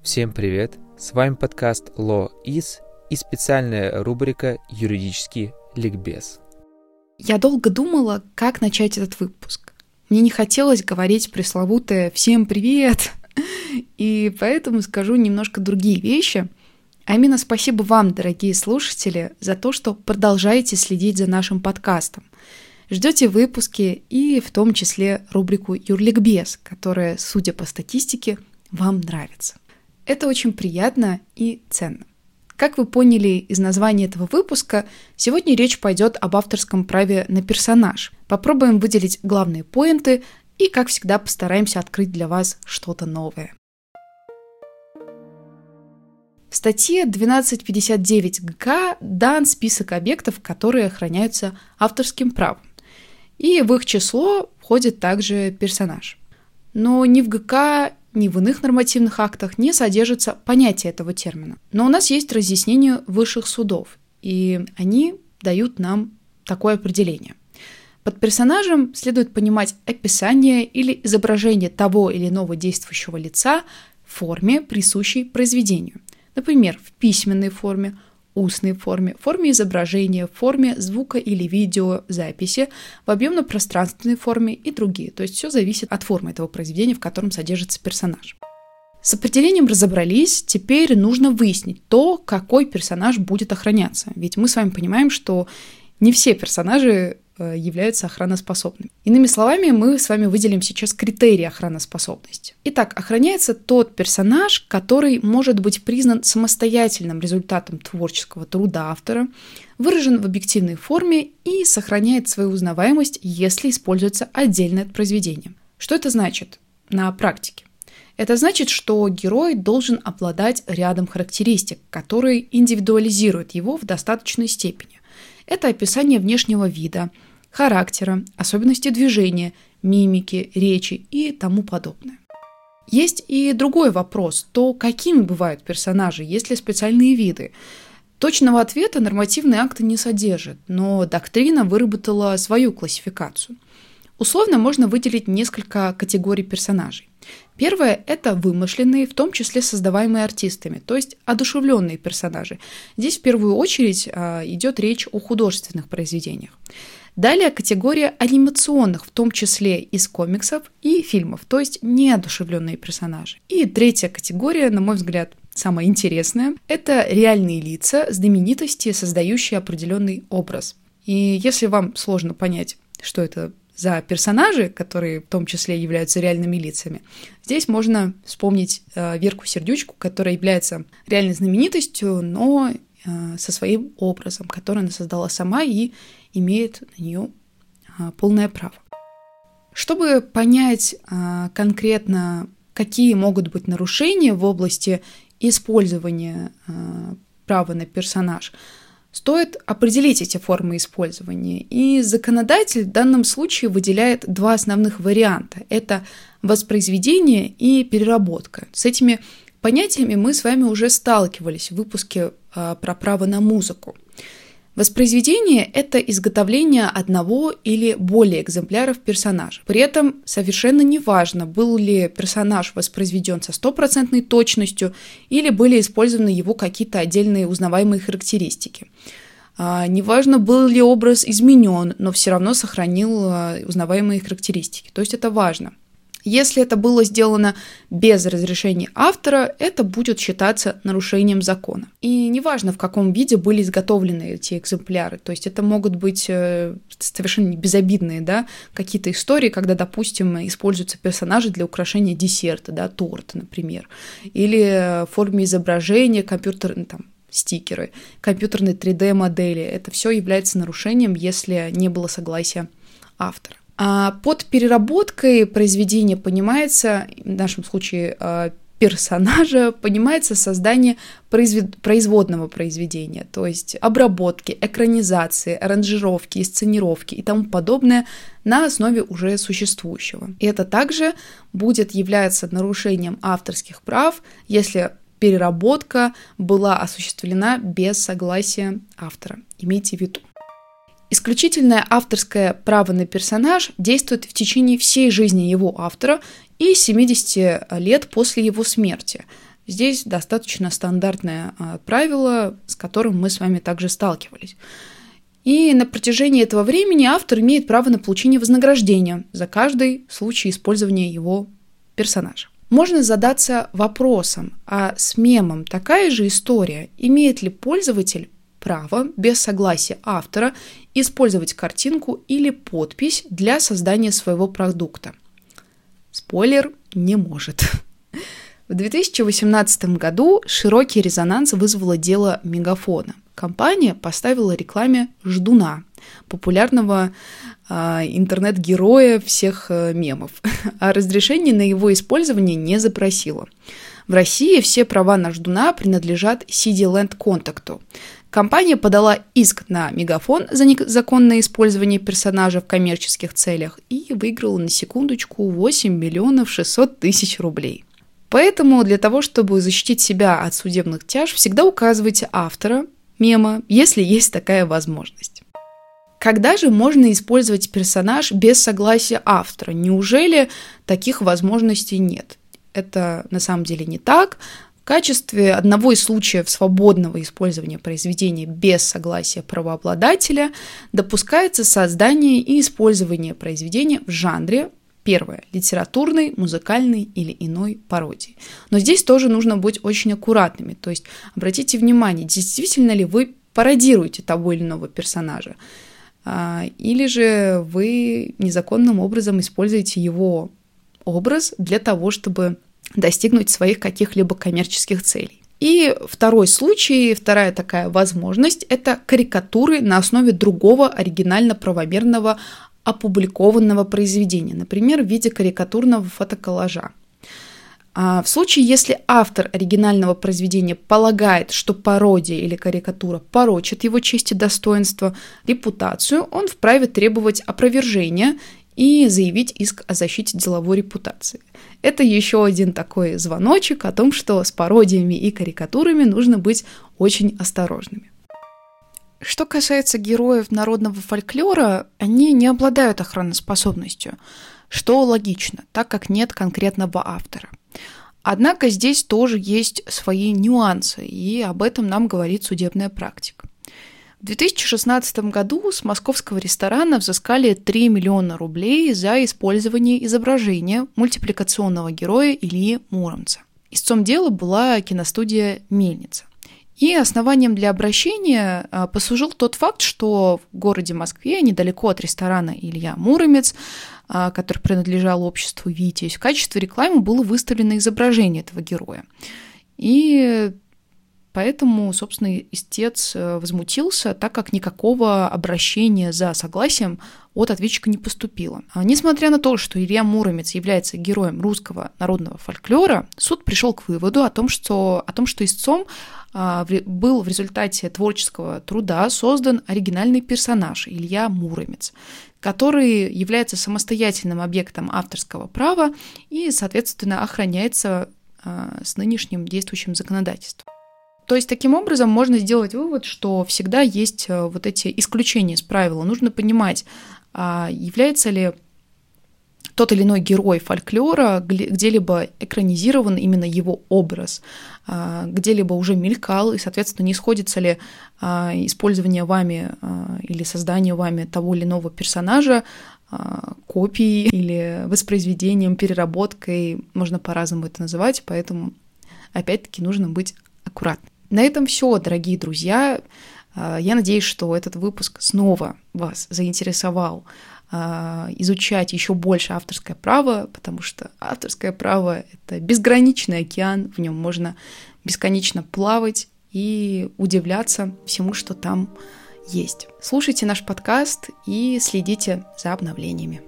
Всем привет! С вами подкаст Law Is и специальная рубрика «Юридический ликбез». Я долго думала, как начать этот выпуск. Мне не хотелось говорить пресловутое «всем привет!», и поэтому скажу немножко другие вещи. А именно спасибо вам, дорогие слушатели, за то, что продолжаете следить за нашим подкастом. Ждете выпуски и в том числе рубрику «Юрликбез», которая, судя по статистике, вам нравится. Это очень приятно и ценно. Как вы поняли из названия этого выпуска, сегодня речь пойдет об авторском праве на персонаж. Попробуем выделить главные поинты и, как всегда, постараемся открыть для вас что-то новое. В статье 1259 ГК дан список объектов, которые охраняются авторским правом. И в их число входит также персонаж. Но ни в ГК, ни в иных нормативных актах не содержится понятие этого термина. Но у нас есть разъяснение высших судов, и они дают нам такое определение. Под персонажем следует понимать описание или изображение того или иного действующего лица в форме, присущей произведению. Например, в письменной форме, устной форме, форме изображения, форме звука или видеозаписи, в объемно-пространственной форме и другие. То есть все зависит от формы этого произведения, в котором содержится персонаж. С определением разобрались, теперь нужно выяснить то, какой персонаж будет охраняться. Ведь мы с вами понимаем, что не все персонажи являются охраноспособными. Иными словами, мы с вами выделим сейчас критерии охраноспособности. Итак, охраняется тот персонаж, который может быть признан самостоятельным результатом творческого труда автора, выражен в объективной форме и сохраняет свою узнаваемость, если используется отдельно от произведения. Что это значит на практике? Это значит, что герой должен обладать рядом характеристик, которые индивидуализируют его в достаточной степени. Это описание внешнего вида, характера, особенности движения, мимики, речи и тому подобное. Есть и другой вопрос, то какими бывают персонажи, есть ли специальные виды? Точного ответа нормативные акты не содержат, но доктрина выработала свою классификацию. Условно можно выделить несколько категорий персонажей. Первое – это вымышленные, в том числе создаваемые артистами, то есть одушевленные персонажи. Здесь в первую очередь идет речь о художественных произведениях. Далее категория анимационных, в том числе из комиксов и фильмов, то есть неодушевленные персонажи. И третья категория, на мой взгляд, самая интересная – это реальные лица, знаменитости, создающие определенный образ. И если вам сложно понять, что это за персонажи, которые в том числе являются реальными лицами, здесь можно вспомнить Верку Сердючку, которая является реальной знаменитостью, но со своим образом, который она создала сама и имеет на нее полное право. Чтобы понять конкретно, какие могут быть нарушения в области использования права на персонаж, стоит определить эти формы использования, и законодатель в данном случае выделяет два основных варианта. Это воспроизведение и переработка. С этими понятиями мы с вами уже сталкивались в выпуске про право на музыку. Воспроизведение – это изготовление одного или более экземпляров персонажа. При этом совершенно неважно, был ли персонаж воспроизведен со стопроцентной точностью или были использованы его какие-то отдельные узнаваемые характеристики. Неважно, был ли образ изменен, но все равно сохранил узнаваемые характеристики. То есть это важно. Если это было сделано без разрешения автора, это будет считаться нарушением закона. И неважно, в каком виде были изготовлены эти экземпляры. То есть это могут быть совершенно безобидные, какие-то истории, когда, допустим, используются персонажи для украшения десерта, торта, например. Или в форме изображения стикеры, компьютерные 3D-модели. Это все является нарушением, если не было согласия автора. А под переработкой произведения понимается, в нашем случае персонажа, понимается создание производного произведения, то есть обработки, экранизации, аранжировки, сценировки и тому подобное на основе уже существующего. И это также будет являться нарушением авторских прав, если переработка была осуществлена без согласия автора. Имейте в виду. Исключительное авторское право на персонаж действует в течение всей жизни его автора и 70 лет после его смерти. Здесь достаточно стандартное правило, с которым мы с вами также сталкивались. И на протяжении этого времени автор имеет право на получение вознаграждения за каждый случай использования его персонажа. Можно задаться вопросом, а с мемом такая же история? Имеет ли пользователь право без согласия автора использовать картинку или подпись для создания своего продукта? Спойлер, не может. В 2018 году широкий резонанс вызвало дело Мегафона. Компания поставила рекламе ждуна, популярного интернет-героя всех мемов, а разрешение на его использование не запросила. В России все права на ждуна принадлежат CD-Land Contact. Компания подала иск на Мегафон за незаконное использование персонажа в коммерческих целях и выиграла на секундочку 8 миллионов 600 тысяч рублей. Поэтому для того, чтобы защитить себя от судебных тяжб, всегда указывайте автора мема, если есть такая возможность. Когда же можно использовать персонаж без согласия автора? Неужели таких возможностей нет? Это на самом деле не так. В качестве одного из случаев свободного использования произведения без согласия правообладателя допускается создание и использование произведения в жанре, первое, литературной, музыкальной или иной пародии. Но здесь тоже нужно быть очень аккуратными. То есть обратите внимание, действительно ли вы пародируете того или иного персонажа, или же вы незаконным образом используете его образ для того, чтобы достигнуть своих каких-либо коммерческих целей. И второй случай, вторая такая возможность – это карикатуры на основе другого оригинально-правомерного опубликованного произведения, например, в виде карикатурного фотоколлажа. В случае, если автор оригинального произведения полагает, что пародия или карикатура порочит его честь и достоинство, репутацию, он вправе требовать опровержения и заявить иск о защите деловой репутации. Это еще один такой звоночек о том, что с пародиями и карикатурами нужно быть очень осторожными. Что касается героев народного фольклора, они не обладают охраноспособностью, что логично, так как нет конкретного автора. Однако здесь тоже есть свои нюансы, и об этом нам говорит судебная практика. В 2016 году с московского ресторана взыскали 3 миллиона рублей за использование изображения мультипликационного героя Ильи Муромца. Истцом дела была киностудия «Мельница». И основанием для обращения послужил тот факт, что в городе Москве, недалеко от ресторана «Илья Муромец», который принадлежал обществу «Витязь», в качестве рекламы было выставлено изображение этого героя. И поэтому, собственно, истец возмутился, так как никакого обращения за согласием от ответчика не поступило. Несмотря на то, что Илья Муромец является героем русского народного фольклора, суд пришел к выводу о том, что истцом был в результате творческого труда создан оригинальный персонаж Илья Муромец, который является самостоятельным объектом авторского права и, соответственно, охраняется с нынешним действующим законодательством. То есть, таким образом, можно сделать вывод, что всегда есть вот эти исключения из правила. Нужно понимать, является ли тот или иной герой фольклора где-либо экранизирован именно его образ, где-либо уже мелькал, и, соответственно, не сходится ли использование вами или создание вами того или иного персонажа копией или воспроизведением, переработкой, можно по-разному это называть, поэтому, опять-таки, нужно быть аккуратным. На этом все, дорогие друзья. Я надеюсь, что этот выпуск снова вас заинтересовал изучать еще больше авторское право, потому что авторское право — это безграничный океан, в нем можно бесконечно плавать и удивляться всему, что там есть. Слушайте наш подкаст и следите за обновлениями.